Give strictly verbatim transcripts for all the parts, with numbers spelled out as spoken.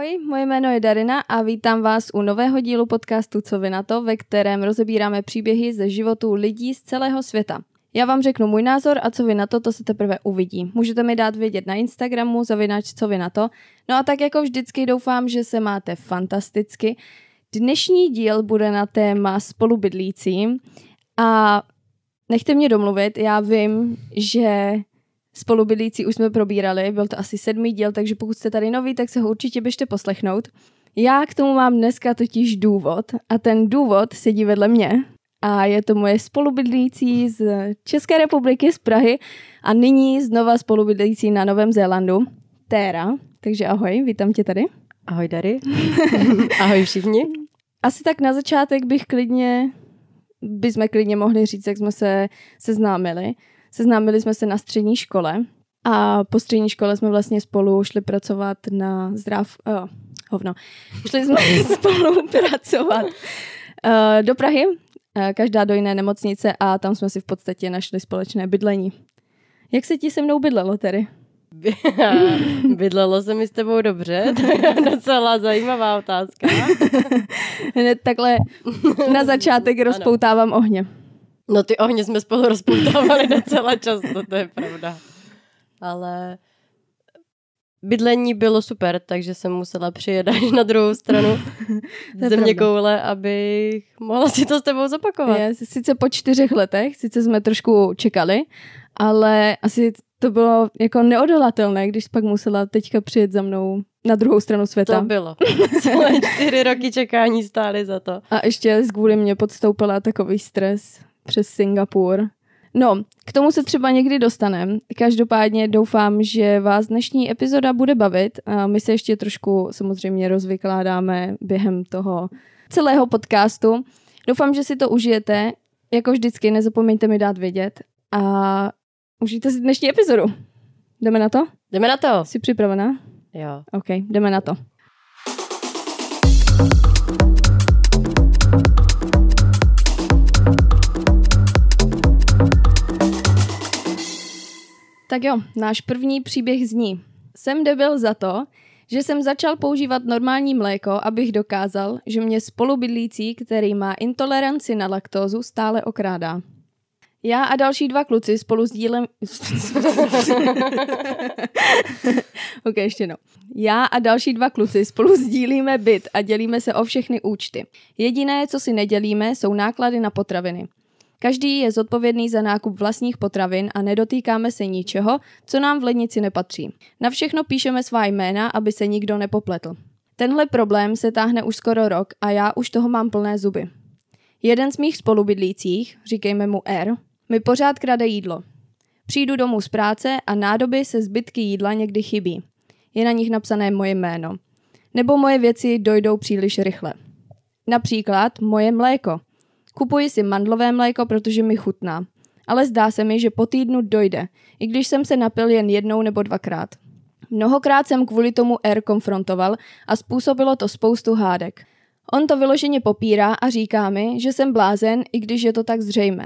Ahoj, moje jméno je Darina a vítám vás u nového dílu podcastu Co vy na to, ve kterém rozebíráme příběhy ze životů lidí z celého světa. Já vám řeknu můj názor a co vy na to, to se teprve uvidí. Můžete mi dát vědět na Instagramu, zavináč co vy na to. No a tak jako vždycky doufám, že se máte fantasticky. Dnešní díl bude na téma spolubydlícím a nechte mě domluvit, já vím, že spolubydlící už jsme probírali, byl to asi sedmý díl, takže pokud jste tady noví, tak se ho určitě běžte poslechnout. Já k tomu mám dneska totiž důvod a ten důvod sedí vedle mě a je to moje spolubydlící z České republiky, z Prahy a nyní znova spolubydlící na Novém Zélandu, Téra. Takže ahoj, vítám tě tady. Ahoj Dary. Ahoj všichni. Asi tak na začátek bych klidně, bychom klidně mohli říct, jak jsme se seznámili. Seznámili jsme se na střední škole a po střední škole jsme vlastně spolu šli pracovat na zdrav... Oh, hovno. Šli jsme spolu pracovat uh, do Prahy, uh, každá do jiné nemocnice a tam jsme si v podstatě našli společné bydlení. Jak se ti se mnou bydlelo, Terry? Bydlelo se mi s tebou dobře, to je docela zajímavá otázka. Hned takhle na začátek rozpoutávám ohně. No ty ohně jsme spolu rozpoutávali docela často, to je pravda. Ale bydlení bylo super, takže jsem musela přijet až na druhou stranu země koule, abych mohla si to s tebou zopakovat. Je, sice po čtyřech letech, sice jsme trošku čekali, ale asi to bylo jako neodolatelné, když pak musela teďka přijet za mnou na druhou stranu světa. To bylo. Celé čtyři roky čekání stály za to. A ještě kvůli mě podstoupila takový stres přes Singapur. No, k tomu se třeba někdy dostaneme. Každopádně doufám, že vás dnešní epizoda bude bavit. A my se ještě trošku samozřejmě rozvykládáme během toho celého podcastu. Doufám, že si to užijete. Jako vždycky, nezapomeňte mi dát vědět. A užijte si dnešní epizodu. Jdeme na to? Jdeme na to. Jsi připravená? Jo. OK, jdeme na to. Tak jo, náš první příběh zní. Jsem debil za to, že jsem začal používat normální mléko, abych dokázal, že mě spolubydlící, který má intoleranci na laktózu, stále okrádá. Já a další dva kluci spolu sdílem... ok, ještě no. Já a další dva kluci spolu sdílíme byt a dělíme se o všechny účty. Jediné, co si nedělíme, jsou náklady na potraviny. Každý je zodpovědný za nákup vlastních potravin a nedotýkáme se ničeho, co nám v lednici nepatří. Na všechno píšeme svá jména, aby se nikdo nepopletl. Tenhle problém se táhne už skoro rok a já už toho mám plné zuby. Jeden z mých spolubydlících, říkejme mu R, mi pořád krade jídlo. Přijdu domů z práce a nádoby se zbytky jídla někdy chybí. Je na nich napsané moje jméno. Nebo moje věci dojdou příliš rychle. Například moje mléko. Kupuji si mandlové mléko, protože mi chutná. Ale zdá se mi, že po týdnu dojde, i když jsem se napil jen jednou nebo dvakrát. Mnohokrát jsem kvůli tomu R konfrontoval a způsobilo to spoustu hádek. On to vyloženě popírá a říká mi, že jsem blázen, i když je to tak zřejmé.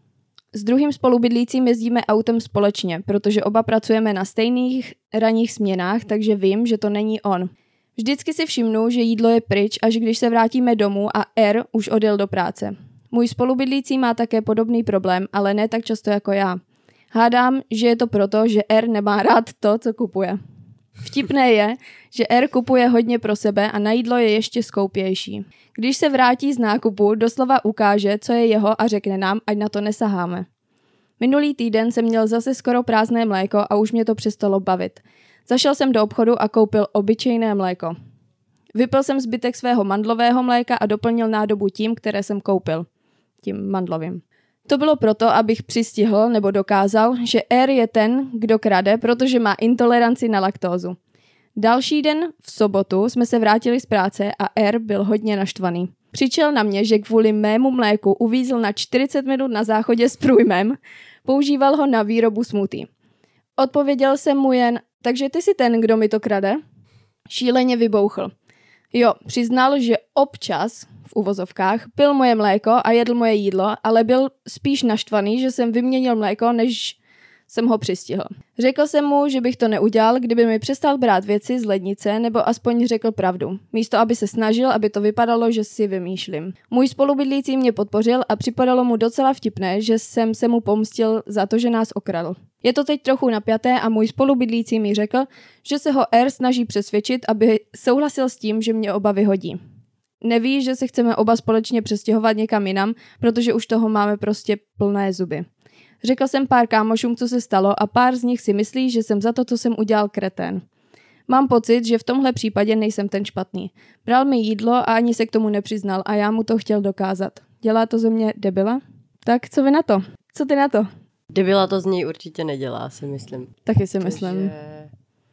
S druhým spolubydlícím jezdíme autem společně, protože oba pracujeme na stejných ranních směnách, takže vím, že to není on. Vždycky si všimnu, že jídlo je pryč, až když se vrátíme domů a R už odjel do práce. Můj spolubydlící má také podobný problém, ale ne tak často jako já. Hádám, že je to proto, že R nemá rád to, co kupuje. Vtipné je, že R kupuje hodně pro sebe a na jídlo je ještě skoupější. Když se vrátí z nákupu, doslova ukáže, co je jeho a řekne nám, ať na to nesaháme. Minulý týden jsem měl zase skoro prázdné mléko a už mě to přestalo bavit. Zašel jsem do obchodu a koupil obyčejné mléko. Vypil jsem zbytek svého mandlového mléka a doplnil nádobu tím, které jsem koupil. Tím mandlovým. To bylo proto, abych přistihl nebo dokázal, že R je ten, kdo krade, protože má intoleranci na laktózu. Další den v sobotu jsme se vrátili z práce a R byl hodně naštvaný. Křičel na mě, že kvůli mému mléku uvízl na čtyřicet minut na záchodě s průjmem, používal ho na výrobu smoothie. Odpověděl jsem mu jen, takže ty jsi ten, kdo mi to krade? Šíleně vybouchl. Jo, přiznal, že občas, v uvozovkách, pil moje mléko a jedl moje jídlo, ale byl spíš naštvaný, že jsem vyměnil mléko, než jsem ho přistihl. Řekl jsem mu, že bych to neudělal, kdyby mi přestal brát věci z lednice nebo aspoň řekl pravdu. Místo, aby se snažil, aby to vypadalo, že si vymýšlím. Můj spolubydlící mě podpořil a připadalo mu docela vtipné, že jsem se mu pomstil za to, že nás okradl. Je to teď trochu napjaté a můj spolubydlící mi řekl, že se ho R snaží přesvědčit, aby souhlasil s tím, že mě oba vyhodí. Neví, že se chceme oba společně přestěhovat někam jinam, protože už toho máme prostě plné zuby. Řekl jsem pár kámošům, co se stalo a pár z nich si myslí, že jsem za to, co jsem udělal, kretén. Mám pocit, že v tomhle případě nejsem ten špatný. Bral mi jídlo a ani se k tomu nepřiznal a já mu to chtěl dokázat. Dělá to ze mě debila? Tak co vy na to? Co ty na to? Debila to z něj určitě nedělá, si myslím. Taky si myslím. Že...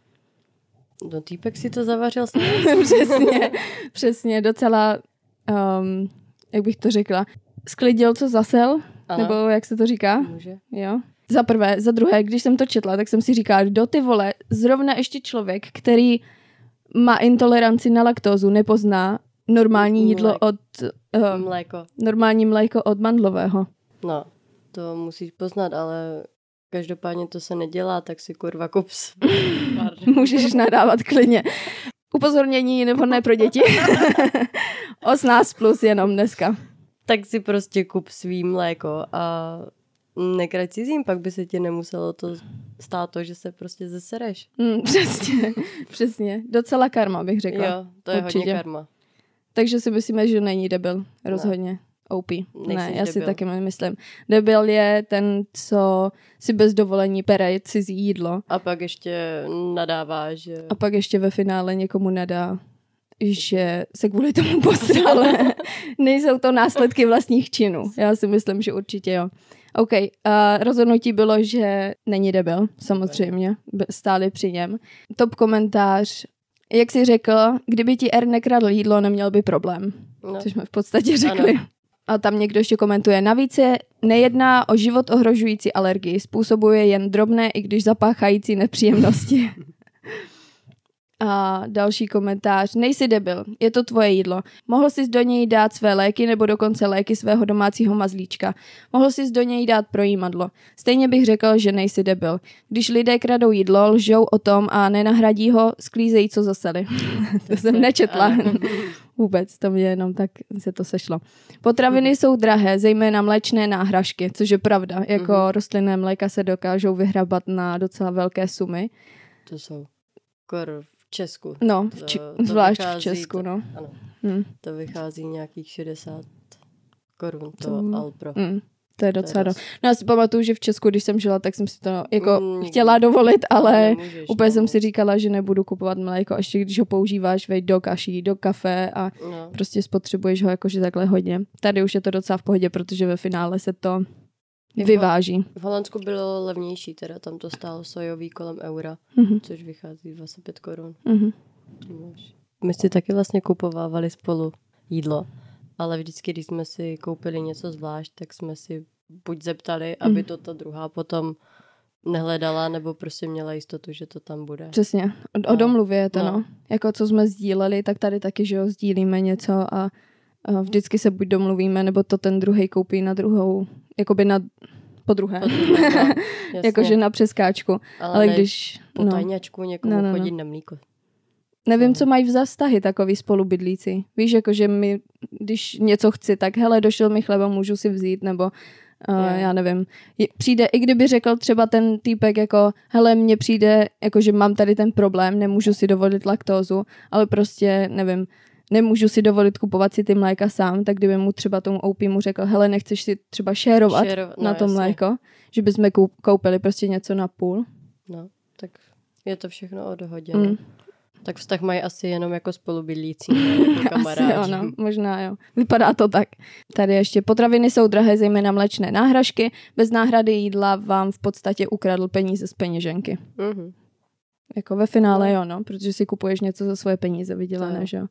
No týpek si to zavařil s Přesně, přesně, docela, um, jak bych to řekla, sklidil, co zasel, ano. Nebo jak se to říká? Může. Jo. Za prvé, za druhé, když jsem to četla, tak jsem si říkala, do ty vole, zrovna ještě člověk, který má intoleranci na laktózu, nepozná normální Mlék. jídlo od... Uh, mléko. Normální mléko od mandlového. No, to musíš poznat, ale každopádně to se nedělá, tak si kurva kups. Můžeš nadávat klidně. Upozornění nevhodné pro děti. osmnáct plus jenom dneska. Tak si prostě kup svý mléko a nekrať cizím, pak by se ti nemuselo to stát to, že se prostě zesereš. Mm, přesně, přesně. Docela karma, bych řekla. Jo, to je určitě. Hodně karma. Takže si myslíme, že není debil. Rozhodně. Ne. O P. Nejsi ne, já debil. si taky myslím. Debil je ten, co si bez dovolení pere cizí jídlo. A pak ještě nadává, že... A pak ještě ve finále někomu nadá, že se kvůli tomu posral. Nejsou to následky vlastních činů. Já si myslím, že určitě jo. OK, uh, rozhodnutí bylo, že není debil, samozřejmě. Stáli při něm. Top komentář. Jak jsi řekl, kdyby ti R nekradl jídlo, neměl by problém. No. Což jsme v podstatě řekli. Ano. A tam někdo ještě komentuje. Navíc se nejedná o život ohrožující alergii. Způsobuje jen drobné, i když zapáchající nepříjemnosti. A další komentář. Nejsi debil, je to tvoje jídlo. Mohl jsi do něj dát své léky nebo dokonce léky svého domácího mazlíčka. Mohl jsi do něj dát projímadlo. Stejně bych řekl, že nejsi debil. Když lidé kradou jídlo, lžou o tom a nenahradí ho, sklízejí, co zaseli. To jsem nečetla. Vůbec, to mě jenom tak se to sešlo. Potraviny jsou drahé, zejména mléčné náhražky, což je pravda. Jako mm-hmm. rostlinné mléka se dokážou vyhrabat na docela velké sumy. To jsou kor v Česku. No, v či- to, to zvlášť vychází, v Česku, to, no. Ano, hmm. to vychází nějakých šedesát korun, to mm. Alpro. Mm. To je docela to je do... No já si pamatuju, že v Česku, když jsem žila, tak jsem si to jako mm, chtěla dovolit, ale nemůžeš, úplně no. jsem si říkala, že nebudu kupovat mléko, ještě když ho používáš, veď do kaší, do kafe a no. prostě spotřebuješ ho jakože takhle hodně. Tady už je to docela v pohodě, protože ve finále se to vyváží. V Holandsku bylo levnější, teda tam to stálo sojový kolem eura, mm-hmm. což vychází dvacet pět korun. Mm-hmm. My si taky vlastně kupovávali spolu jídlo, ale vždycky, když jsme si koupili něco zvlášť, tak jsme si buď zeptali, aby mm. to ta druhá potom nehledala, nebo prostě měla jistotu, že to tam bude. Přesně. O, o domluvě je to, no. no. Jako co jsme sdíleli, tak tady taky, že jo, sdílíme něco a, a vždycky se buď domluvíme, nebo to ten druhej koupí na druhou, jakoby na po druhé. Po druhé no. Jakože na přeskáčku. Ale, ale když... Po no. tajňačku někomu no, no, no. chodit na mlíko. Nevím, co mají za vztahy takový spolubydlíci. Víš, jakože my, když něco chci, tak hele, došel mi chleba, můžu si vzít, nebo uh, já nevím. Přijde, i kdyby řekl třeba ten týpek jako, hele, mně přijde, jakože mám tady ten problém, nemůžu si dovolit laktózu, ale prostě, nevím, nemůžu si dovolit kupovat si ty mléka sám, tak kdyby mu třeba tomu O P mu řekl, hele, nechceš si třeba šérovat Šero, no, na to jasně. mléko, že bychom koupili prostě něco na půl. No, tak je to všechno o dohodě. Mm. Tak vztah mají asi jenom jako spolubydlící, jako kamarádi. Asi jo, no, možná jo. Vypadá to tak. Tady ještě potraviny jsou drahé, zejména mléčné náhražky. Bez náhrady jídla vám v podstatě ukradl peníze z peněženky. Mm-hmm. Jako ve finále no. jo, no, protože si kupuješ něco za svoje peníze vydělané, že jo.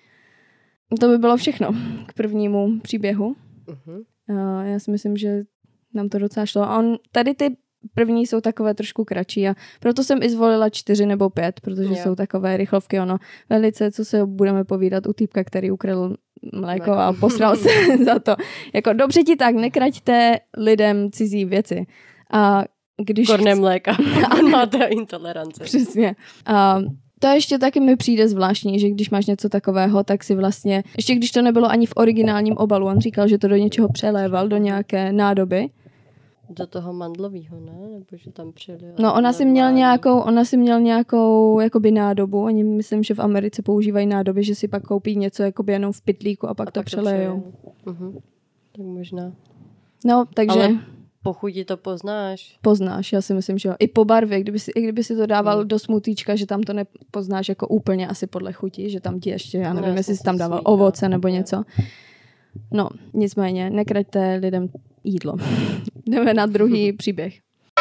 To by bylo všechno k prvnímu příběhu. Mm-hmm. Uh, já si myslím, že nám to docela šlo. A on, tady ty první jsou takové trošku kratší a proto jsem i zvolila čtyři nebo pět, protože yeah. jsou takové rychlovky, ono velice, co se budeme povídat u týpka, který ukradl mléko a posral se za to. Jako dobře ti tak, nekraťte lidem cizí věci. A když... Korné mléka. A máte intoleranci. Přesně. A to ještě taky mi přijde zvláštní, že když máš něco takového, tak si vlastně, ještě když to nebylo ani v originálním obalu, on říkal, že to do něčeho přeléval, do nějaké nádoby. Do toho mandlového, ne? Nebo že tam přilil. No ona si měl nějakou, ona si měl nějakou jakoby nádobu. Oni myslím, že v Americe používají nádoby, že si pak koupí něco jakoby jenom v pytlíku a pak a to přelejou. Uh-huh. Tak možná. No, takže... Ale po chuti to poznáš. Poznáš, já si myslím, že jo. I po barvě, kdyby si, i kdyby si to dával hmm. do smutíčka, že tam to nepoznáš jako úplně asi podle chuti, že tam ti ještě, já nevím, no, jestli jsi tam dával smíká. Ovoce nebo něco. No, nicméně, nekraťte lidem jídlo. Jdeme na druhý příběh.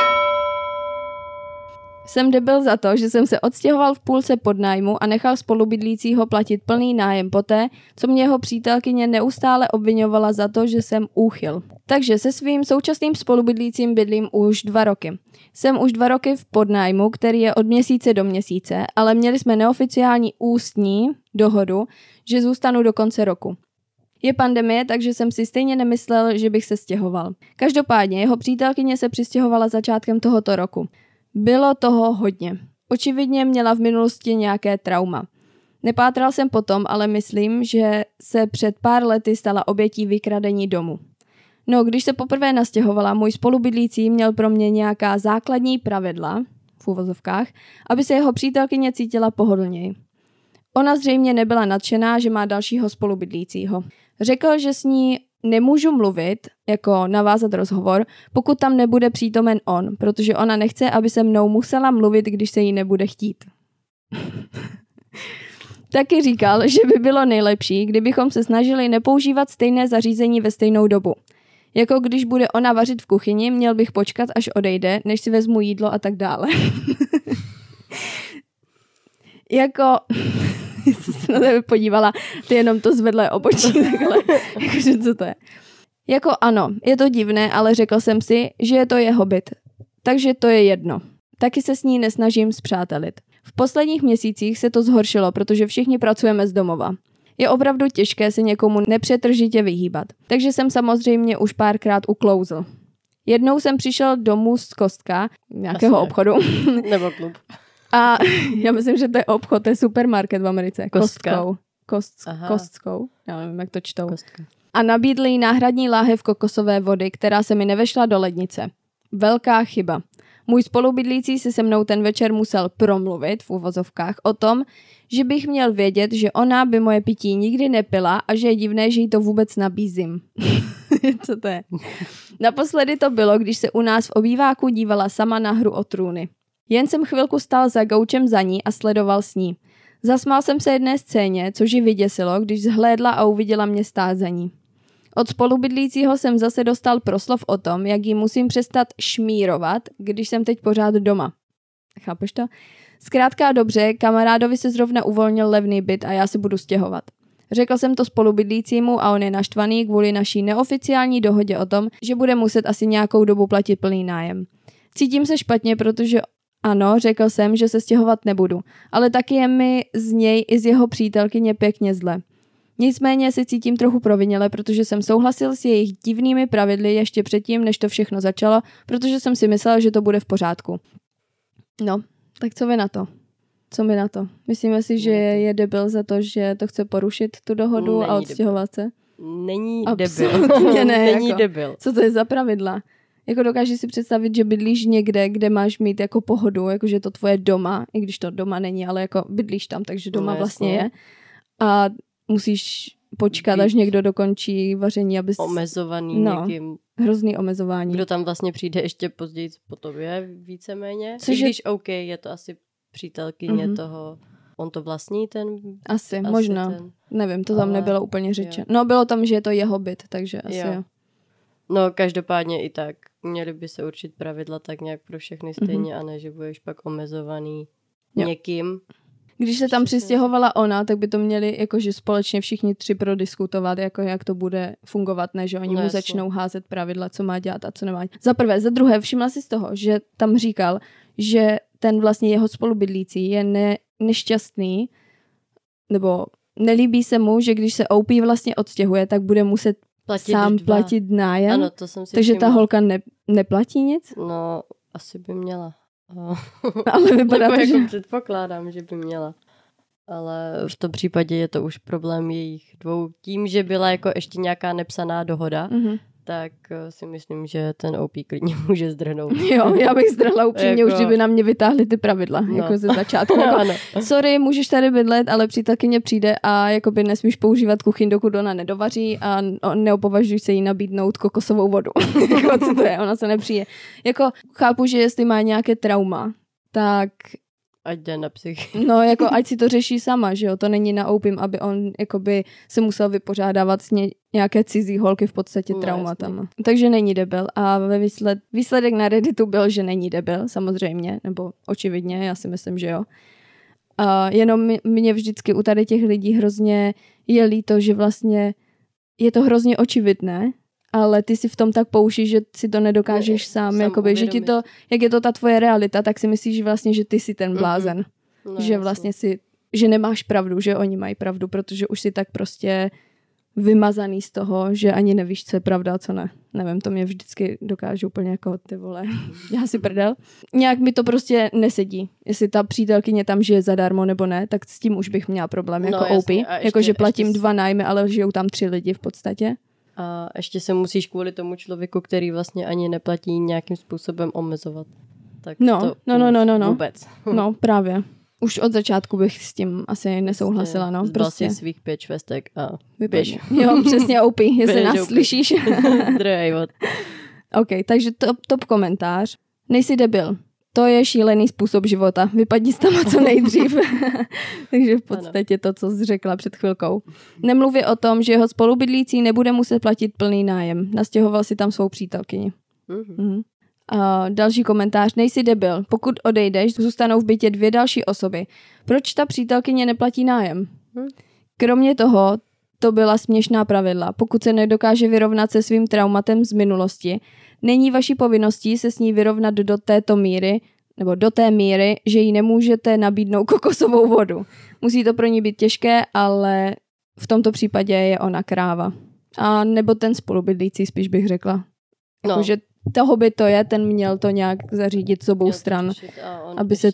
Jsem debil za to, že jsem se odstěhoval v půlce podnájmu a nechal spolubydlícího platit plný nájem poté, co mě jeho přítelkyně neustále obvinovala za to, že jsem úchyl. Takže se svým současným spolubydlícím bydlím už dva roky. Jsem už dva roky v podnájmu, který je od měsíce do měsíce, ale měli jsme neoficiální ústní dohodu, že zůstanu do konce roku. Je pandemie, takže jsem si stejně nemyslel, že bych se stěhoval. Každopádně jeho přítelkyně se přistěhovala začátkem tohoto roku. Bylo toho hodně. Očividně měla v minulosti nějaké trauma. Nepátral jsem potom, ale myslím, že se před pár lety stala obětí vykradení domu. No, když se poprvé nastěhovala, můj spolubydlící měl pro mě nějaká základní pravidla, v uvozovkách, aby se jeho přítelkyně cítila pohodlněji. Ona zřejmě nebyla nadšená, že má dalšího spolubydlícího. Řekl, že s ní nemůžu mluvit, jako navázat rozhovor, pokud tam nebude přítomen on, protože ona nechce, aby se mnou musela mluvit, když se jí nebude chtít. Taky říkal, že by bylo nejlepší, kdybychom se snažili nepoužívat stejné zařízení ve stejnou dobu. Jako když bude ona vařit v kuchyni, měl bych počkat, až odejde, než si vezmu jídlo a tak dále. Jako... jsem se na tebe podívala, ty jenom to zvedlé obočí takhle. Jakože co to je? Jako ano, je to divné, ale řekl jsem si, že je to jeho byt. Takže to je jedno. Taky se s ní nesnažím spřátelit. V posledních měsících se to zhoršilo, protože všichni pracujeme z domova. Je opravdu těžké se někomu nepřetržitě vyhýbat. Takže jsem samozřejmě už párkrát uklouzl. Jednou jsem přišel domů z Kostka, nějakého Asi obchodu. Nebo klub. A já myslím, že to je obchod, to je supermarket v Americe. Kostka. Kostkou. Kost, kostkou. Já nevím, jak to čtou. Kostka. A nabídli jí náhradní láhev kokosové vody, která se mi nevešla do lednice. Velká chyba. Můj spolubydlící si se mnou ten večer musel promluvit v uvozovkách o tom, že bych měl vědět, že ona by moje pití nikdy nepila a že je divné, že jí to vůbec nabízím. Co to je? Naposledy to bylo, když se u nás v obýváku dívala sama na Hru o trůny. Jen jsem chvilku stál za gaučem za ní a sledoval s ní. Zasmál jsem se jedné scéně, což ji vyděsilo, když zhlédla a uviděla mě stát za ní. Od spolubydlícího jsem zase dostal proslov o tom, jak jí musím přestat šmírovat, když jsem teď pořád doma. Chápeš to? Zkrátka a dobře, kamarádovi se zrovna uvolnil levný byt a já se budu stěhovat. Řekl jsem to spolubydlícímu a on je naštvaný kvůli naší neoficiální dohodě o tom, že bude muset asi nějakou dobu platit plný nájem. Cítím se špatně, protože ano, řekl jsem, že se stěhovat nebudu, ale taky je mi z něj i z jeho přítelkyně pěkně zle. Nicméně se cítím trochu provinile, protože jsem souhlasil s jejich divnými pravidly ještě předtím, než to všechno začalo, protože jsem si myslel, že to bude v pořádku. No, tak co vy na to? Co my na to? Myslíme si, že je debil za to, že to chce porušit tu dohodu Není a odstěhovat se? Není Absolutně debil. ne, Není jako, debil. Co to je za pravidla? Jako dokážeš si představit, že bydlíš někde, kde máš mít jako pohodu, jakože je to tvoje doma, i když to doma není, ale jako bydlíš tam, takže doma no, vlastně je. A musíš počkat, Být až někdo dokončí vaření, abys... Omezovaný no, někým. Hrozný omezování. Kdo tam vlastně přijde ještě později po tobě, víceméně. Což I když je... OK, je to asi přítelkyně mm-hmm. toho... On to vlastní ten... Asi, asi možná. Ten... Nevím, to tam ale... nebylo úplně řeče. No bylo tam, že je to jeho byt, takže asi jo. jo. No každopádně i tak. Měly by se určit pravidla tak nějak pro všechny stejně mm-hmm. a ne, že budeš pak omezovaný jo. někým. Když se tam přistěhovala ona, tak by to měli jakože společně všichni tři prodiskutovat, jako jak to bude fungovat, ne, že oni no, mu jasně. začnou házet pravidla, co má dělat a co nemá. Za prvé, za druhé, všimla si z toho, že tam říkal, že ten vlastně jeho spolubydlící je ne, nešťastný, nebo nelíbí se mu, že když se O P vlastně odstěhuje, tak bude muset platit sám dva. platit nájem. Ano, to jsem si Takže všimla. ta holka ne, neplatí nic? No, Asi by měla. Ale vypadá to, jako že... předpokládám, že by měla. Ale v tom případě je to už problém jejich dvou. Tím, že byla jako ještě nějaká nepsaná dohoda, mm-hmm. tak si myslím, že ten O P klidně může zdrhnout. Jo, já bych zdrhla upřímně, jako... už kdyby na mě vytáhli ty pravidla, no. jako ze začátku. Jako, ano. Sorry, můžeš tady bydlet, ale přítelkyně přijde a jakoby nesmíš používat kuchyň, dokud ona nedovaří a neopovažuj se jí nabídnout kokosovou vodu. Jako, co to je, ona se nepřijde. Jako chápu, že jestli má nějaké trauma, tak... Ať jde na psych. No, jako ať si to řeší sama, že jo, to není na O P I M, aby on jakoby se musel vypořádávat s ně, nějaké cizí holky v podstatě no, traumatama. Jasný. Takže není debil a ve výsled, výsledek na Redditu byl, že není debil, samozřejmě, nebo očividně, já si myslím, že jo. A jenom mě vždycky u tady těch lidí hrozně je líto, že vlastně je to hrozně očividné, ale ty si v tom tak poušíš, že si to nedokážeš ne, sám, jakoby, že ti to, jak je to ta tvoje realita, tak si myslíš vlastně, že ty jsi ten blázen. Mm-hmm. No, že vlastně si, že nemáš pravdu, že oni mají pravdu, protože už si tak prostě vymazaný z toho, že ani nevíš, co je pravda a co ne. Nevím, to mě vždycky dokáže úplně jako ty vole, já si prdel. Nějak mi to prostě nesedí. Jestli ta přítelkyně tam žije zadarmo nebo ne, tak s tím už bych měla problém jako no, O P. Jako, že platím ještě... dva nájmy, ale žijou tam tři lidi v podstatě. A ještě se musíš kvůli tomu člověku, který vlastně ani neplatí, nějakým způsobem omezovat. Tak no, to no, no, no, no, no. Vůbec. No, právě. Už od začátku bych s tím asi nesouhlasila, no. Zbal prostě. Si svých pět švestek a běž. Jo, přesně O P, jestli nás slyšíš. Druhý vod. OK, takže top, top komentář. Nejsi debil. To je šílený způsob života. Vypadni s tama co nejdřív. Takže v podstatě to, co jsi řekla před chvilkou. Nemluví o tom, že jeho spolubydlící nebude muset platit plný nájem. Nastěhoval si tam svou přítelkyni. Mm-hmm. Mm-hmm. A další komentář. Nejsi debil. Pokud odejdeš, zůstanou v bytě dvě další osoby. Proč ta přítelkyně neplatí nájem? Mm. Kromě toho, to byla směšná pravidla. Pokud se nedokáže vyrovnat se svým traumatem z minulosti, není vaší povinností se s ní vyrovnat do této míry, nebo do té míry, že jí nemůžete nabídnout kokosovou vodu. Musí to pro ní být těžké, ale v tomto případě je ona kráva. A nebo ten spolubydlící, spíš bych řekla. No. Jako, že toho by to je, ten měl to nějak zařídit z obou stran. Aby se...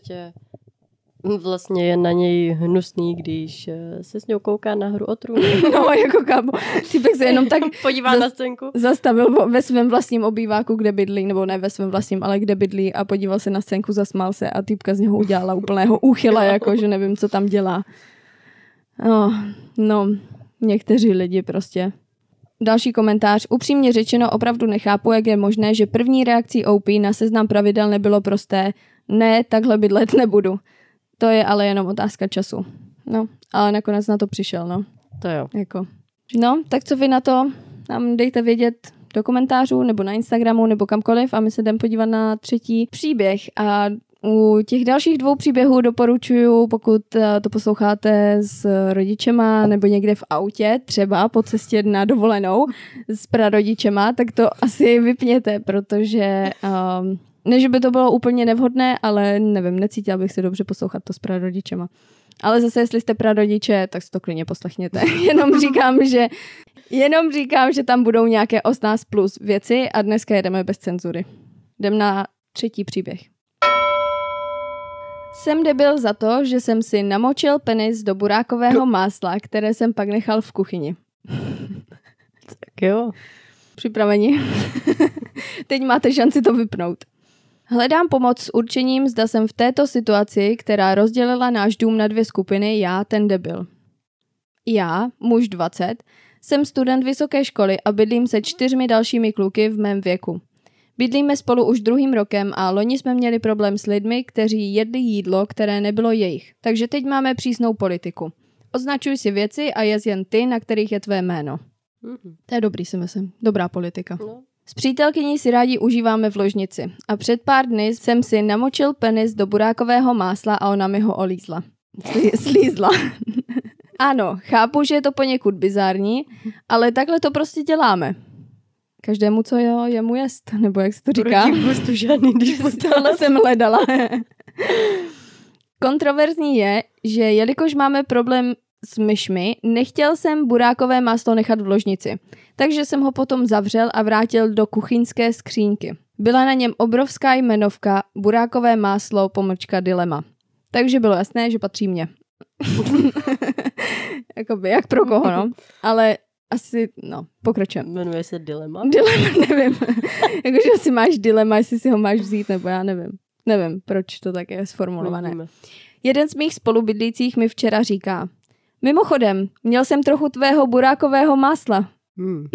Vlastně je na něj hnusný, když se s ňou kouká na Hru o trůny. No, jako kámo. Týpek se jenom tak podívá zas, na scénku. Zastavil ve svém vlastním obýváku, kde bydlí, nebo ne ve svém vlastním, ale kde bydlí a podíval se na scénku, zasmál se a týpka z něho udělala úplného úchyla, jako že nevím, co tam dělá. No, no, někteří lidi prostě. Další komentář. Upřímně řečeno, opravdu nechápu, jak je možné, že první reakcí O P na seznam pravidel nebylo prosté. Ne, takhle bydlet nebudu. To je ale jenom otázka času. No, ale nakonec na to přišel, no. To jo. Jako. No, tak co vy na to? Nám dejte vědět do komentářů, nebo na Instagramu, nebo kamkoliv a my se jdeme podívat na třetí příběh. A u těch dalších dvou příběhů doporučuju, pokud to posloucháte s rodičema nebo někde v autě, třeba po cestě na dovolenou s prarodičema, tak to asi vypněte, protože... Um, Ne, že by to bylo úplně nevhodné, ale nevím, necítila bych se dobře poslouchat to s prarodičema. Ale zase, jestli jste prarodiče, tak si to klidně poslechněte. Jenom říkám, že, jenom říkám, že tam budou nějaké osmnáct plus věci a dneska jedeme bez cenzury. Jdem na třetí příběh. Jsem debil za to, že jsem si namočil penis do burákového másla, které jsem pak nechal v kuchyni. Tak jo. Připraveni? Teď máte šanci to vypnout. Hledám pomoc s určením, zda jsem v této situaci, která rozdělila náš dům na dvě skupiny, já ten debil. Já, muž dvacet, jsem student vysoké školy a bydlím se čtyřmi dalšími kluky v mém věku. Bydlíme spolu už druhým rokem a loni jsme měli problém s lidmi, kteří jedli jídlo, které nebylo jejich. Takže teď máme přísnou politiku. Označuj si věci a jez jen ty, na kterých je tvé jméno. Mm-hmm. To je dobrý, si myslím. Dobrá politika. No. S přítelkyní si rádi užíváme v ložnici a před pár dny jsem si namočil penis do burákového másla a ona mi ho olízla. Slízla. Ano, chápu, že je to poněkud bizární, ale takhle to prostě děláme. Každému, co jo, je mu jest, nebo jak se to říká. Proti gustu žádný disputát. Tohle jsem hledala. Kontroverzní je, že jelikož máme problém s myšmi, nechtěl jsem burákové máslo nechat v ložnici. Takže jsem ho potom zavřel a vrátil do kuchyňské skřínky. Byla na něm obrovská jmenovka burákové máslo pomlčka dilema. Takže bylo jasné, že patří mně. Jakoby, jak pro koho, no. Ale asi, no, pokračujeme. Jmenuje se dilema? Dilema, nevím. Jakože asi máš dilema, jestli si ho máš vzít, nebo já nevím. Nevím, proč to tak je sformulované. Nevíme. Jeden z mých spolubydlících mi včera říká: mimochodem, měl jsem trochu tvého burákového másla. Hmm.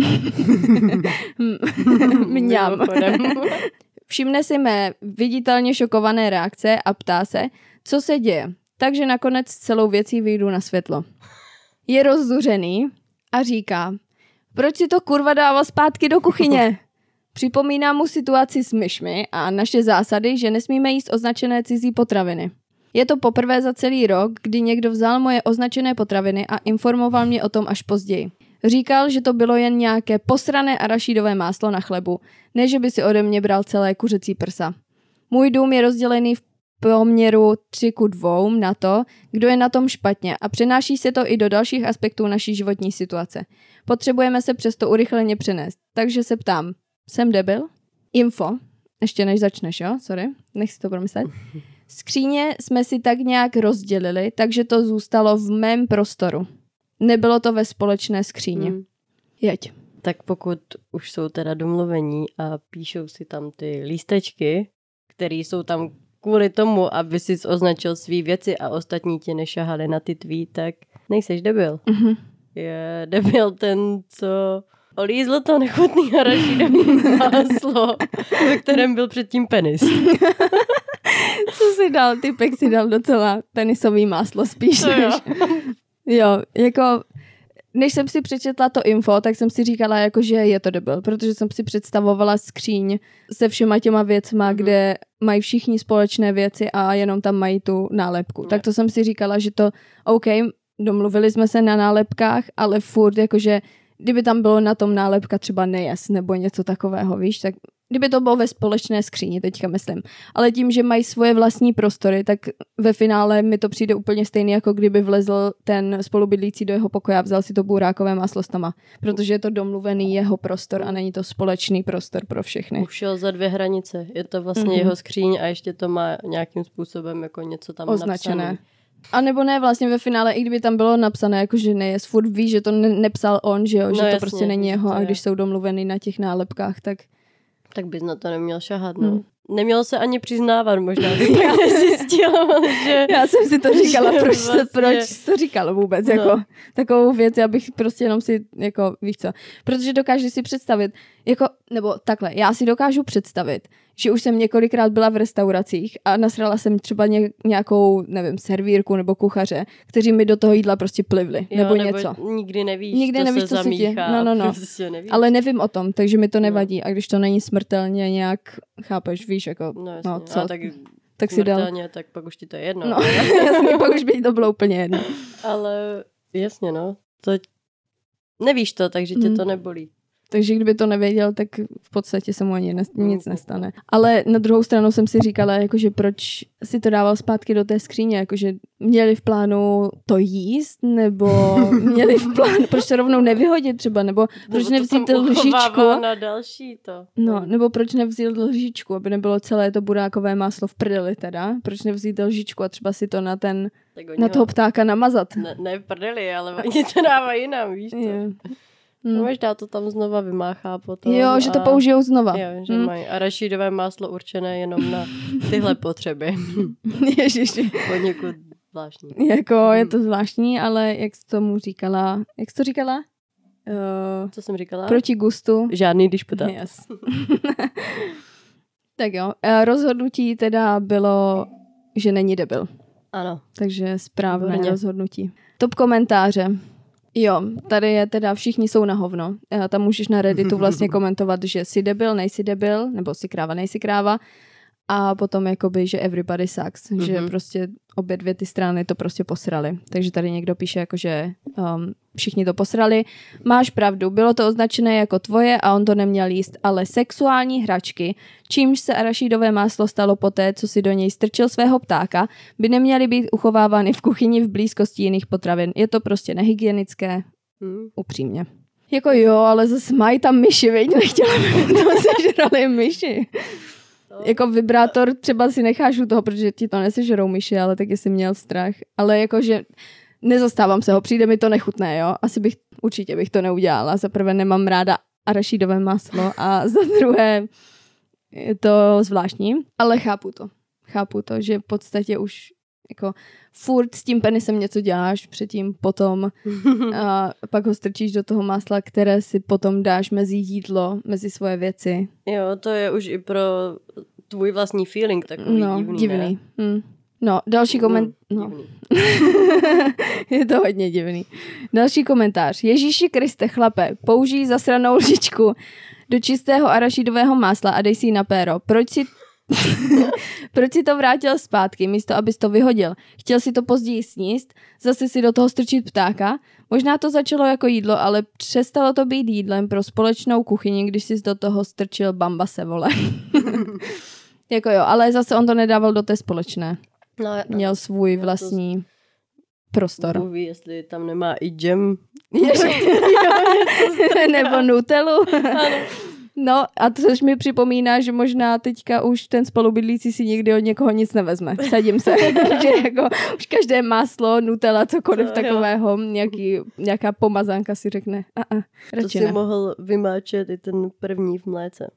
Mňam. Všimne si mé viditelně šokované reakce a ptá se, co se děje. Takže nakonec s celou věcí vyjdu na světlo. Je rozzuřený a říká: proč si to kurva dával zpátky do kuchyně? Připomíná mu situaci s myšmi a naše zásady, že nesmíme jíst označené cizí potraviny. Je to poprvé za celý rok, kdy někdo vzal moje označené potraviny a informoval mě o tom až později. Říkal, že to bylo jen nějaké posrané arašídové máslo na chlebu, ne že by si ode mě bral celé kuřecí prsa. Můj dům je rozdělený v poměru tři ku dvou na to, kdo je na tom špatně a přenáší se to i do dalších aspektů naší životní situace. Potřebujeme se přesto urychleně přenést, takže se ptám, jsem debil? Info, ještě než začneš, jo? Sorry, nech si to promyslet. Skříně jsme si tak nějak rozdělili, takže to zůstalo v mém prostoru. Nebylo to ve společné skříni. Hmm. Jeď. Tak pokud už jsou teda domluvení a píšou si tam ty lístečky, které jsou tam kvůli tomu, aby si označil svý věci a ostatní ti nešahali na ty tvý, tak nejseš debil. Mm-hmm. Je debil ten, co olízl to nechutný arašídový máslo, ve kterém byl předtím penis. Co si dal? Typek si dal docela penisový máslo spíš. To jo. Jo, jako než jsem si přečetla to info, tak jsem si říkala, jako, že je to debil, protože jsem si představovala skříň se všema těma věcma, mm. kde mají všichni společné věci a jenom tam mají tu nálepku. Mm. Tak to jsem si říkala, že to OK, domluvili jsme se na nálepkách, ale furt jakože kdyby tam bylo na tom nálepka třeba nejes nebo něco takového, víš, tak kdyby to bylo ve společné skříni, teďka myslím. Ale tím, že mají svoje vlastní prostory, tak ve finále mi to přijde úplně stejný, jako kdyby vlezl ten spolubydlící do jeho pokoje a vzal si to burákové máslo s tama. Protože je to domluvený jeho prostor a není to společný prostor pro všechny. Ušel za dvě hranice. Je to vlastně mm-hmm. jeho skříň a ještě to má nějakým způsobem jako něco tam označené. Napsané. A nebo ne, vlastně ve finále, i kdyby tam bylo napsané, jako že nejes, furt ví, že to ne- nepsal on, že jo, no, že jasně, to prostě není jeho a když jsou domluvený na těch nálepkách, tak tak bys na to neměl šahat, no. Hmm. Neměl se ani přiznávat, možná bych tak nezjistil, že... Já jsem si to říkala, proč, vlastně... proč jsi to říkal vůbec, no. Jako takovou věc, abych prostě jenom si, jako, víš co, protože dokážu si představit, jako, nebo takhle, já si dokážu představit, že už jsem několikrát byla v restauracích a nasrala jsem třeba ně, nějakou, nevím, servírku nebo kuchaře, kteří mi do toho jídla prostě plivli, jo, nebo, nebo něco. Nikdy nevíš, nikdy to nevíš, se co zamíchá. Si tě... No, no, no. Prostě nevíš. Ale nevím o tom, takže mi to nevadí. No. A když to není smrtelně nějak, chápeš, víš, jako, no, jasně. no co, tak, tak si dal. tak pak už ti to je jedno. No, jasně, pak už by to bylo úplně jedno. Ale jasně, no, to nevíš to, takže tě hmm. to nebolí. Takže kdyby to nevěděl, tak v podstatě se mu ani ne, nic nestane. Ale na druhou stranu jsem si říkala, jakože proč si to dával zpátky do té skříně, jakože měli v plánu to jíst, nebo měli v plánu, proč to rovnou nevyhodit třeba, nebo proč nebo nevzít lžičku. Na další to. No, nebo proč nevzít lžičku, aby nebylo celé to burákové máslo v prdeli teda. Proč nevzít lžičku a třeba si to na ten, na toho ptáka namazat. Ne, ne v prdeli, ale oni to dávají jinam, víš co. Je. Hmm. Možná to tam znova vymáchá potom. Jo, že to a... použijou znova. Jo, že hmm. mají arašídové máslo určené jenom na tyhle potřeby. Ježiši. Poněkud zvláštní. Jako je to zvláštní, ale jak jsi tomu říkala, jak jsi to říkala? Uh, Co jsem říkala? Proti gustu. Žádný dišputát. Yes. Tak jo, rozhodnutí teda bylo, že není debil. Ano. Takže správné Výborně. Rozhodnutí. Top komentáře. Jo, tady je teda všichni jsou na hovno. Tam můžeš na Redditu vlastně komentovat, že jsi debil, nejsi debil, nebo jsi kráva, nejsi kráva. A potom jakoby, že everybody sucks, mm-hmm. že prostě obě dvě ty strany to prostě posrali. Takže tady někdo píše jako, že um, všichni to posrali. Máš pravdu, bylo to označené jako tvoje a on to neměl jíst, ale sexuální hračky, čímž se arašídové máslo stalo poté, co si do něj strčil svého ptáka, by neměly být uchovávány v kuchyni v blízkosti jiných potravin. Je to prostě nehygienické, mm. upřímně. Jako jo, ale zase mají tam myši, veď, nechtěla by to sežrali myši. No. Jako vibrátor třeba si necháš u toho, protože ti to nesežerou myši, ale taky jsi měl strach. Ale jakože nezastávám se ho, přijde mi to nechutné, jo. Asi bych, určitě bych to neudělala. Za prvé nemám ráda arašídové maslo a za druhé je to zvláštní, ale chápu to. Chápu to, že v podstatě už jako furt s tím penisem něco děláš, předtím, potom a pak ho strčíš do toho másla, které si potom dáš mezi jídlo, mezi svoje věci. Jo, to je už i pro tvůj vlastní feeling takový no, divný, divný. Hm. No, další komentář. No. Je to hodně divný. Další komentář. Ježíši Kriste, chlape, použij zasranou lžičku do čistého arašidového másla a dej si ji na péro. Proč si Proč si to vrátil zpátky, místo abys to vyhodil? Chtěl si to později sníst, zase si do toho strčit ptáka? Možná to začalo jako jídlo, ale přestalo to být jídlem pro společnou kuchyni, když jsi do toho strčil bambase, vole. Jako jo, ale zase on to nedával do té společné. No, Měl svůj vlastní to... prostor. Bůh ví, jestli tam nemá i džem. Nebo nutelu. Ano. No a to což mi připomíná, že možná teďka už ten spolubydlící si nikdy od někoho nic nevezme. Sadím se, že jako už každé máslo, nutella, cokoliv to, takového, nějaký, nějaká pomazánka si řekne. A, a, to si ne. Mohl vymáčet i ten první v mléce.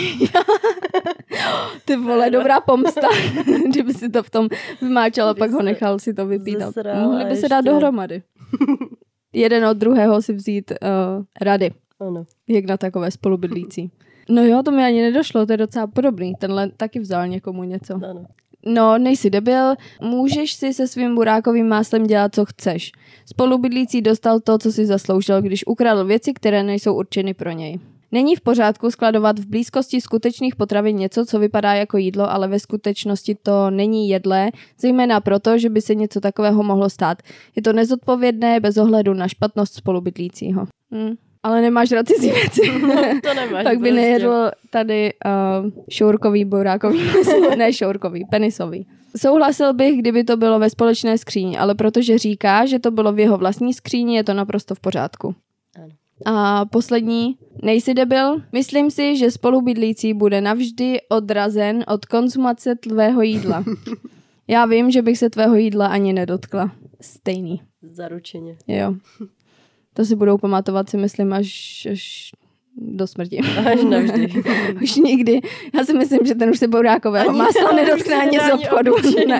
Ty vole, dobrá pomsta. Kdyby si to v tom vymáčel a pak ho nechal si to vypínat. Mohli by se dát dohromady. Jeden od druhého si vzít uh, rady. Ano. Jak na takové spolubydlící. No jo, to mi ani nedošlo, to je docela podobný. Tenhle taky vzal někomu něco. Ano. No, nejsi debil, můžeš si se svým burákovým máslem dělat, co chceš. Spolubydlící dostal to, co si zasloužil, když ukradl věci, které nejsou určeny pro něj. Není v pořádku skladovat v blízkosti skutečných potravin něco, co vypadá jako jídlo, ale ve skutečnosti to není jedlé, zejména proto, že by se něco takového mohlo stát. Je to nezodpovědné bez ohledu na špatnost spolubydlícího. Hm. Ale nemáš rád cizí věci. No, to nemáš. Tak by nejedl tady uh, šourkový, borákový, ne šourkový, penisový. Souhlasil bych, kdyby to bylo ve společné skříni, ale protože říká, že to bylo v jeho vlastní skříni, je to naprosto v pořádku. Ano. A poslední, nejsi debil? Myslím si, že spolubydlící bude navždy odrazen od konzumace tvého jídla. Já vím, že bych se tvého jídla ani nedotkla. Stejný. Zaručeně. Jo. To si budou pamatovat, si myslím, až, až do smrti. Až navždy. Už nikdy. Já si myslím, že ten už se borákového másla nedotkne ani z obchodu. Ne.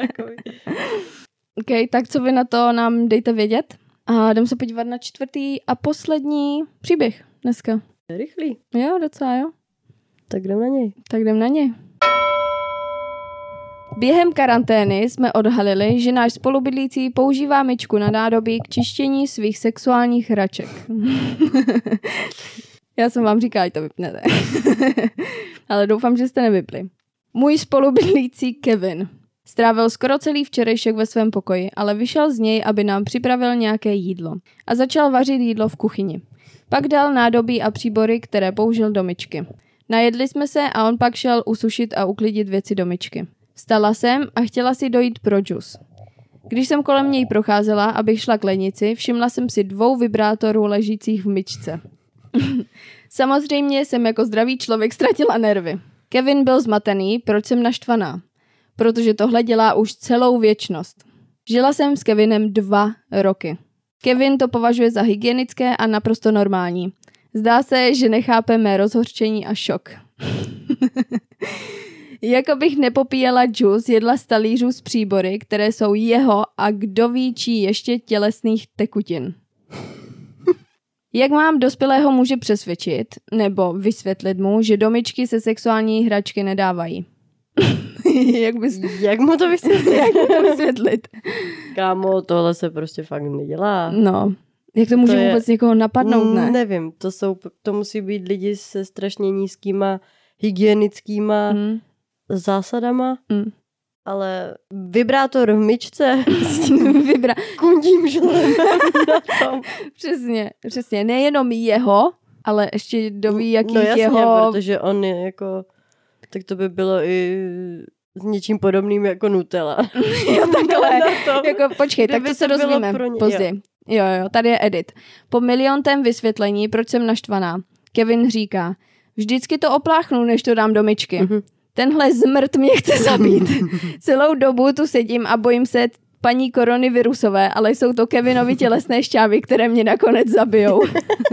OK, tak co vy na to nám dejte vědět? A jdeme se podívat na čtvrtý a poslední příběh dneska. Rychlý. Jo, docela jo. Tak jdem na něj. Tak jdem na něj. Během karantény jsme odhalili, že náš spolubydlící používá myčku na nádobí k čištění svých sexuálních hraček. Já jsem vám říkala, že to vypnete. Ale doufám, že jste nevypli. Můj spolubydlící Kevin strávil skoro celý včerejšek ve svém pokoji, ale vyšel z něj, aby nám připravil nějaké jídlo. A začal vařit jídlo v kuchyni. Pak dal nádobí a příbory, které použil do myčky. Najedli jsme se a on pak šel usušit a uklidit věci do myčky. Vstala jsem a chtěla si dojít pro džus. Když jsem kolem něj procházela, abych šla k lednici, všimla jsem si dvou vibrátorů ležících v myčce. Samozřejmě jsem jako zdravý člověk ztratila nervy. Kevin byl zmatený, proč jsem naštvaná. Protože tohle dělá už celou věčnost. Žila jsem s Kevinem dva roky. Kevin to považuje za hygienické a naprosto normální. Zdá se, že nechápe mé rozhořčení a šok. Jako bych nepopíjela džus, jedla z talířů z příbory, které jsou jeho a kdo ví čí ještě tělesných tekutin. Jak mám dospělého muže přesvědčit, nebo vysvětlit mu, že do myčky se sexuální hračky nedávají? Jak bys... Jak mu to vysvětlit? Jak mu to vysvětlit? Kámo, tohle se prostě fakt nedělá. No, jak to může to je... vůbec někoho napadnout, ne? Nevím, to, jsou, to musí být lidi se strašně nízkýma hygienickýma mm. zásadama, mm. ale vibrátor v myčce s Vibra... kundím žlem na tom. Přesně, přesně. Nejenom jeho, ale ještě doví, jaký no jasně, jeho... protože on je jako... Tak to by bylo i s něčím podobným jako Nutella. Jo, takhle. Jako, počkej, tak to se dozvíme později. Jo, jo, tady je edit. Po miliontém vysvětlení, proč jsem naštvaná, Kevin říká, vždycky to opláchnu, než to dám do myčky. Mm-hmm. Tenhle zmrt mě chce zabít. Celou dobu tu sedím a bojím se paní koronavirusové, ale jsou to Kevinovi tělesné šťávy, které mě nakonec zabijou.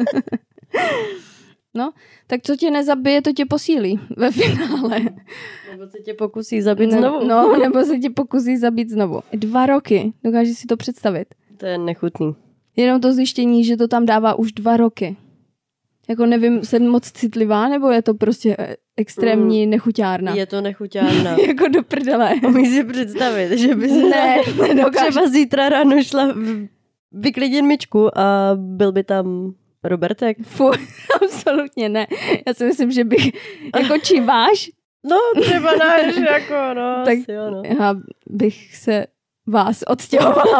No, tak co tě nezabije, to tě posílí ve finále. Nebo se tě pokusí zabít ne, znovu. No, nebo se tě pokusí zabít znovu. Dva roky, dokážeš si to představit? To je nechutný. Jenom to zjištění, že to tam dává už dva roky. Jako nevím, jsem moc citlivá, nebo je to prostě extrémní mm, nechuťárna? Je to nechuťárna. Jako do prdele. Umíš si představit, že by se ne, třeba zítra ráno šla vyklidit myčku a byl by tam Robertek? Fu, absolutně ne. Já si myslím, že bych, jako čiváš? No, třeba náš, jako, no, tak asi jo, no. Já bych se vás odstěhovala.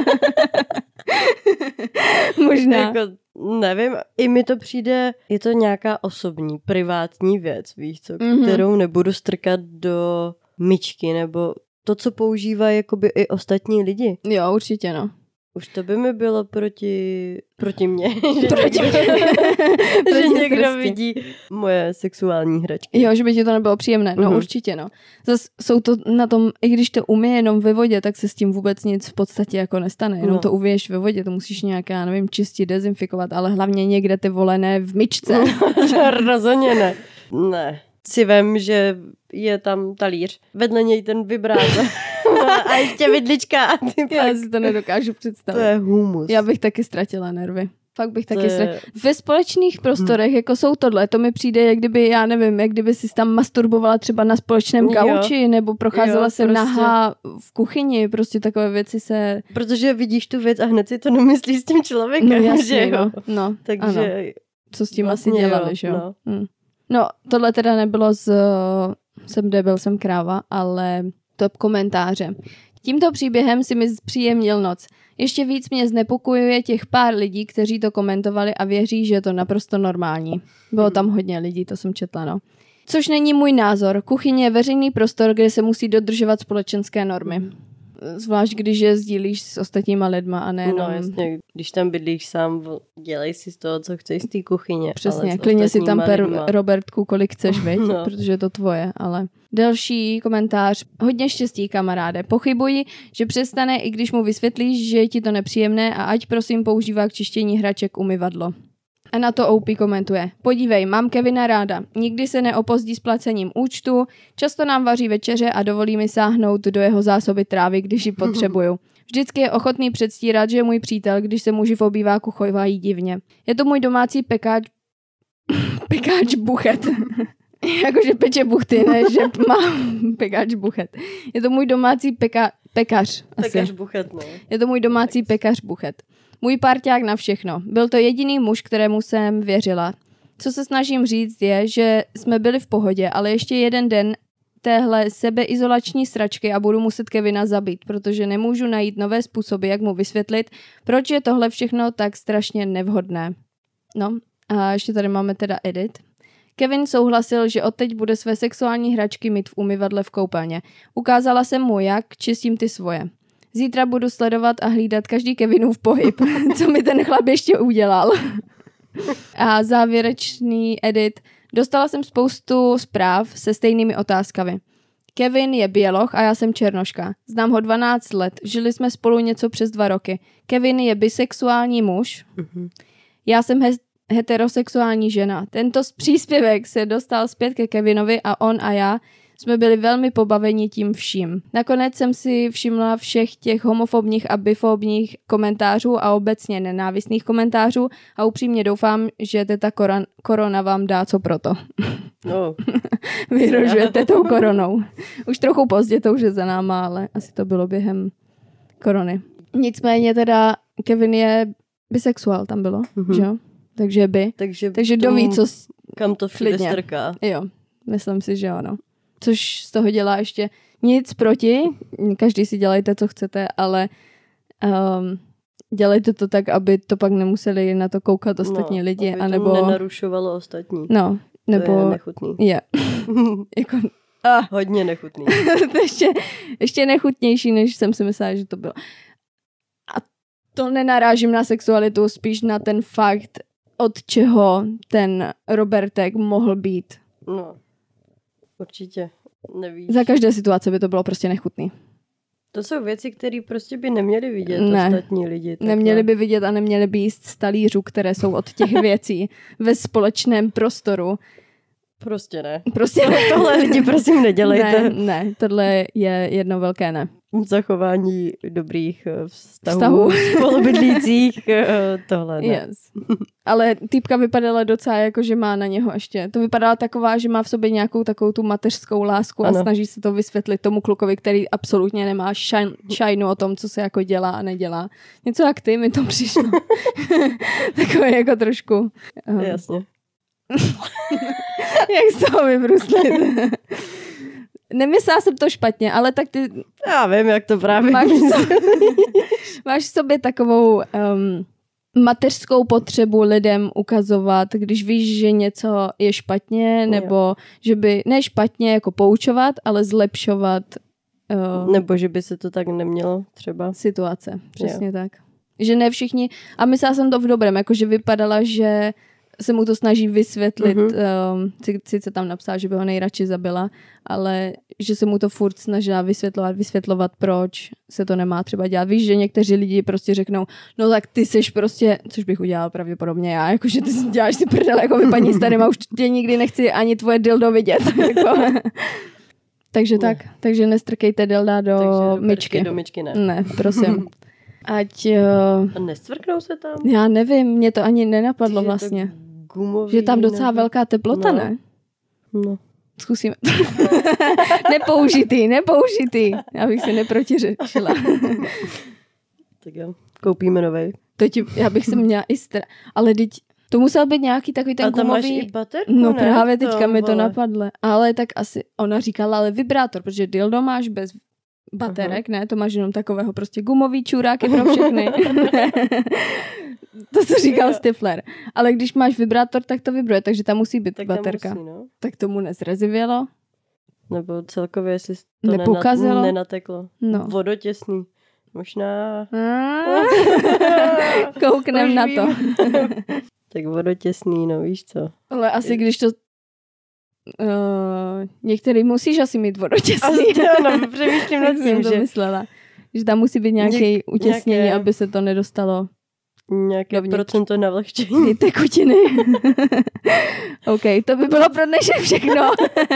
Možná. Jako, nevím, i mi to přijde, je to nějaká osobní, privátní věc, víš co, mm-hmm. kterou nebudu strkat do myčky, nebo to, co používají jakoby i ostatní lidi. Jo, určitě, no. Už to by mi bylo proti, proti mně. Proti mě. Že někdo strasti. Vidí moje sexuální hračky. Jo, že by ti to nebylo příjemné. No, mm-hmm. určitě, no. Zas jsou to na tom, i když to umí jenom ve vodě, tak se s tím vůbec nic v podstatě jako nestane. Jenom no. to uvěješ ve vodě, to musíš nějak, já nevím, čistit, dezinfikovat, ale hlavně někde ty volené v myčce. Rozhodně ne. Ne. Si vem, že je tam talíř, vedle něj ten vibrátor a ještě vidlička a ty pak... Já si to nedokážu představit. To je humus. Já bych taky ztratila nervy. Fakt bych to taky je... ztratila. Ve společných prostorech, hmm. jako jsou tohle, to mi přijde, jak kdyby, já nevím, jak kdyby si tam masturbovala třeba na společném gauči, jo. nebo procházela jo, se prostě... nahá v kuchyni, prostě takové věci se... Protože vidíš tu věc a hned si to nemyslíš s tím člověkem, no, jasně, že jo? No, no, takže... Ano. Co s tím vlastně asi dělali, jo, že jo? No. Hmm. No, tohle teda nebylo z Jsem debil, jsem kráva, ale top komentáře. Tímto příběhem si mi zpříjemnil noc. Ještě víc mě znepokojuje těch pár lidí, kteří to komentovali a věří, že je to naprosto normální. Bylo tam hodně lidí, to jsem četla, no. Což není můj názor. Kuchyně je veřejný prostor, kde se musí dodržovat společenské normy. Zvlášť, když je sdílíš s ostatníma lidma a nejenom... No jasně, když tam bydlíš sám, dělej si z toho, co chceš z té kuchyně. Přesně, klidně si tam per lidma. Robertku, kolik chceš, viď? No. Protože je to tvoje, ale... Další komentář. Hodně štěstí, kamaráde. Pochybuji, že přestane, i když mu vysvětlíš, že je ti to nepříjemné a ať prosím používá k čištění hraček umyvadlo. A na to O P komentuje. Podívej, mám Kevina ráda. Nikdy se neopozdí s placením účtu, často nám vaří večeře a dovolí mi sáhnout do jeho zásoby trávy, když ji potřebuju. Vždycky je ochotný předstírat, že je můj přítel, když se muži v obýváku chovají divně. Je to můj domácí pekáč... pekáč buchet. Jakože peče buchty, ne, že má pekáč buchet. Je to můj domácí peka... pekař. Asi. Pekař buchet, no. Je to můj domácí pekař buchet. Můj parťák na všechno. Byl to jediný muž, kterému jsem věřila. Co se snažím říct je, že jsme byli v pohodě, ale ještě jeden den téhle sebeizolační sračky a budu muset Kevina zabít, protože nemůžu najít nové způsoby, jak mu vysvětlit, proč je tohle všechno tak strašně nevhodné. No, a ještě tady máme teda edit. Kevin souhlasil, že odteď bude své sexuální hračky mít v umyvadle v koupelně. Ukázala jsem mu, jak čistím ty svoje. Zítra budu sledovat a hlídat každý Kevinův pohyb, co mi ten chlap ještě udělal. A závěrečný edit. Dostala jsem spoustu zpráv se stejnými otázkami. Kevin je běloch a já jsem černoška. Znám ho dvanáct let. Žili jsme spolu něco přes dva roky. Kevin je bisexuální muž. Já jsem he- heterosexuální žena. Tento příspěvek se dostal zpět ke Kevinovi a on a já jsme byli velmi pobaveni tím vším. Nakonec jsem si všimla všech těch homofobních a bifobních komentářů a obecně nenávistných komentářů a upřímně doufám, že teta koran- korona vám dá co proto. No. Vyhrožujete tou koronou. Už trochu pozdě, to už je za náma, ale asi to bylo během korony. Nicméně teda Kevin je bisexuál, tam bylo, mm-hmm. že jo? Takže by. Takže, Takže doví, co... Kam to všude strká. Jo, myslím si, že ano. Což z toho dělá ještě nic proti. Každý si dělejte, co chcete, ale um, dělejte to tak, aby to pak nemuseli na to koukat ostatní no, lidi. Aby anebo... to nenarušovalo ostatní. No, nebo... To je nechutný. Je. jako... ah. Hodně nechutný. To ještě, ještě nechutnější, než jsem si myslela, že to bylo. A To nenarážím na sexualitu, spíš na ten fakt, od čeho ten Robertek mohl být. No, určitě. Nevíš. Za každé situace by to bylo prostě nechutný. To jsou věci, které prostě by neměli vidět ne. ostatní lidi. Takhle. Neměli by vidět a neměli by jíst z talířů, které jsou od těch věcí ve společném prostoru. Prostě ne. Prostě ne. Tohle lidi prosím nedělejte. Ne, ne, tohle je jedno velké ne. Zachování dobrých vztahů, Vztahu. spolubydlících, tohle ne. Yes. Ale týpka vypadala docela jako, že má na něho ještě. To vypadala taková, že má v sobě nějakou takovou tu mateřskou lásku a ano. snaží se to vysvětlit tomu klukovi, který absolutně nemá šajn, šajnu o tom, co se jako dělá a nedělá. Něco jak ty mi to přišlo. Takové jako trošku. Um, Jasně. Jak z toho vybruslit. Nemyslela jsem to špatně, ale tak ty... Já vím, jak to právě Máš v sobě, máš v sobě takovou um, mateřskou potřebu lidem ukazovat, když víš, že něco je špatně, nebo jo. že by, ne špatně jako poučovat, ale zlepšovat uh, nebo že by se to tak nemělo třeba. Situace, přesně jo. tak. Že ne všichni, a myslela jsem to v dobrém, jakože vypadala, že se mu to snaží vysvětlit, mm-hmm. um, sice tam napsala, že by ho nejradši zabila, ale že se mu to furt snažila vysvětlovat, vysvětlovat, proč se to nemá třeba dělat. Víš, že někteří lidi prostě řeknou, no tak ty seš prostě, což bych udělala pravděpodobně já, jakože ty si děláš si prdele, jako vypadni s tady, už tě nikdy nechci ani tvoje dildo vidět. Jako. Takže ne. tak, takže nestrkejte dilda do takže myčky. do myčky ne. Ne, prosím. Ať... Uh, a nestvrknou se tam? Já nevím, mě to ani nenapadlo vlastně. Gumový, že je tam docela nebo... velká teplota, no. ne? No. Zkusíme. Nepoužitý, nepoužitý. Já bych se neprotiřečila. Tak jo, koupíme novej. To ti, já bych se měla i stra... Ale teď, to musel být nějaký takový ten a tam gumový... máš i baterku, No ne? právě teďka to, mi to vole. napadlo. Ale tak asi, ona říkala, ale vibrátor, protože dildo máš bez baterek, uh-huh. ne? To máš jenom takového prostě gumový čuráky pro všechny. To, co říkal Stifler. Ale když máš vibrátor, tak to vibruje, takže tam musí být tak baterka. Musí, no. Tak tomu nezrezivělo. Nebo celkově, jestli to nepokazilo. Nenat, nenateklo. No. Vodotěsný. Možná... Kouknem na to. Tak vodotěsný, no víš co. Ale asi když to... Uh, některý musíš asi mít vodotěsný. Asi ano, přemýšlím nad tím, to že... myslela. Že tam musí být nějaké Něk, utěsnění, nějaké... aby se to nedostalo. Nějaké dovnitř. Procento navlhčení. Ty tekutiny. OK, to by bylo pro dnešek všechno.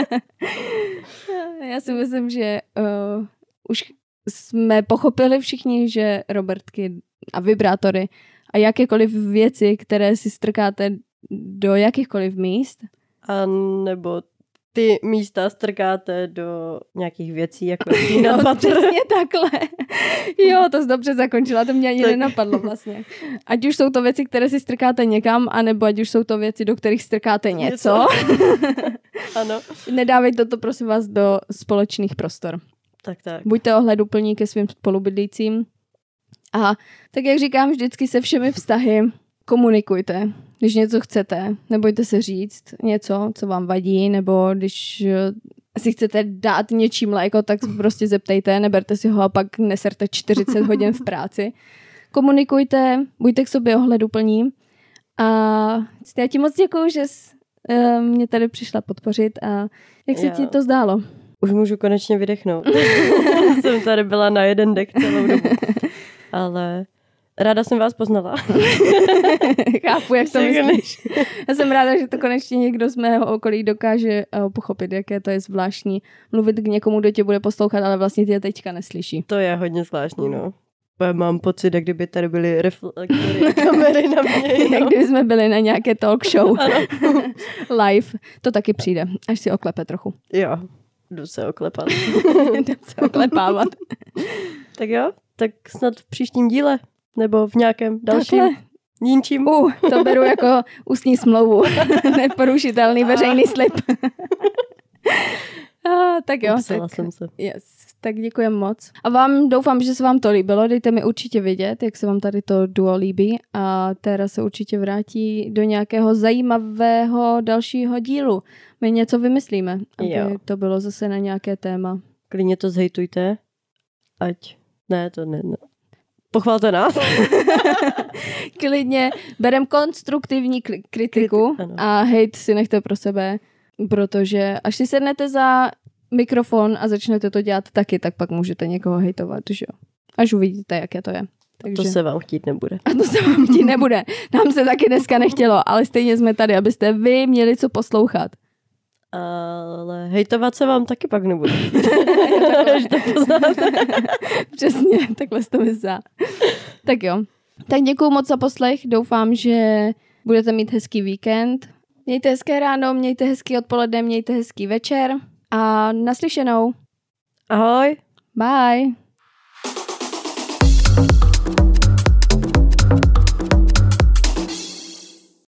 Já si myslím, že uh, už jsme pochopili všichni, že Robertky a vibrátory a jakékoliv věci, které si strkáte do jakýchkoliv míst. A nebo ty místa strkáte do nějakých věcí, jako peanut butter. Přesně takhle. Jo, to jsi dobře zakončila, to mě ani tak. nenapadlo vlastně. Ať už jsou to věci, které si strkáte někam, anebo ať už jsou to věci, do kterých strkáte něco. Ano. Nedávejte to, prosím vás, do společných prostor. Tak, tak. Buďte ohleduplní ke svým spolubydlícím. A tak, jak říkám, vždycky se všemi vztahy komunikujte. Když něco chcete, nebojte se říct něco, co vám vadí, nebo když si chcete dát něčím mléko, tak prostě zeptejte, neberte si ho a pak neserte čtyřicet hodin v práci. Komunikujte, buďte k sobě ohleduplní a já ti moc děkuju, že jsi uh, mě tady přišla podpořit a jak se já. ti to zdálo? Už můžu konečně vydechnout. Jsem tady byla na jeden dech celou dobu. Ale... Ráda jsem vás poznala. Chápu, jak to myslíš. Já jsem ráda, že to konečně někdo z mého okolí dokáže uh, pochopit, jaké to je zvláštní. Mluvit k někomu, kdo tě bude poslouchat, ale vlastně tě teďka neslyší. To je hodně zvláštní, no. Mám pocit, jak kdyby tady byly reflektory a kamery na mě. Jak kdyby jsme byli na nějaké talk show. Live. To taky přijde, až si oklepe trochu. Jo, jdu se oklepat. jdu se oklepávat. Tak jo, tak snad v příštím díle. Nebo v nějakém dalším jinčím. Uh, to beru jako ústní smlouvu. Neporušitelný veřejný slib. ah, tak jo. Upsala tak, jsem se. Yes, tak děkujem moc. A vám doufám, že se vám to líbilo. Dejte mi určitě vědět, jak se vám tady to duo líbí. A Téra se určitě vrátí do nějakého zajímavého dalšího dílu. My něco vymyslíme, aby jo. to bylo zase na nějaké téma. Klidně to zhejtujte. Ať. Ne, to ne. ne. pochvalte nás. Klidně berem konstruktivní kli- kritiku Kriti- a hejt si nechte pro sebe, protože až si sednete za mikrofon a začnete to dělat taky, tak pak můžete někoho hejtovat, že jo? Až uvidíte, jaké to je. Takže... A to se vám chtít nebude. A to se vám chtít nebude. Nám se taky dneska nechtělo, ale stejně jsme tady, abyste vy měli co poslouchat. Ale hejtovat se vám taky pak nebude. Až to poznáte. Přesně, takhle jste myslela. Tak jo. Tak děkuju moc za poslech. Doufám, že budete mít hezký víkend. Mějte hezké ráno, mějte hezký odpoledne, mějte hezký večer a naslyšenou. Ahoj. Bye.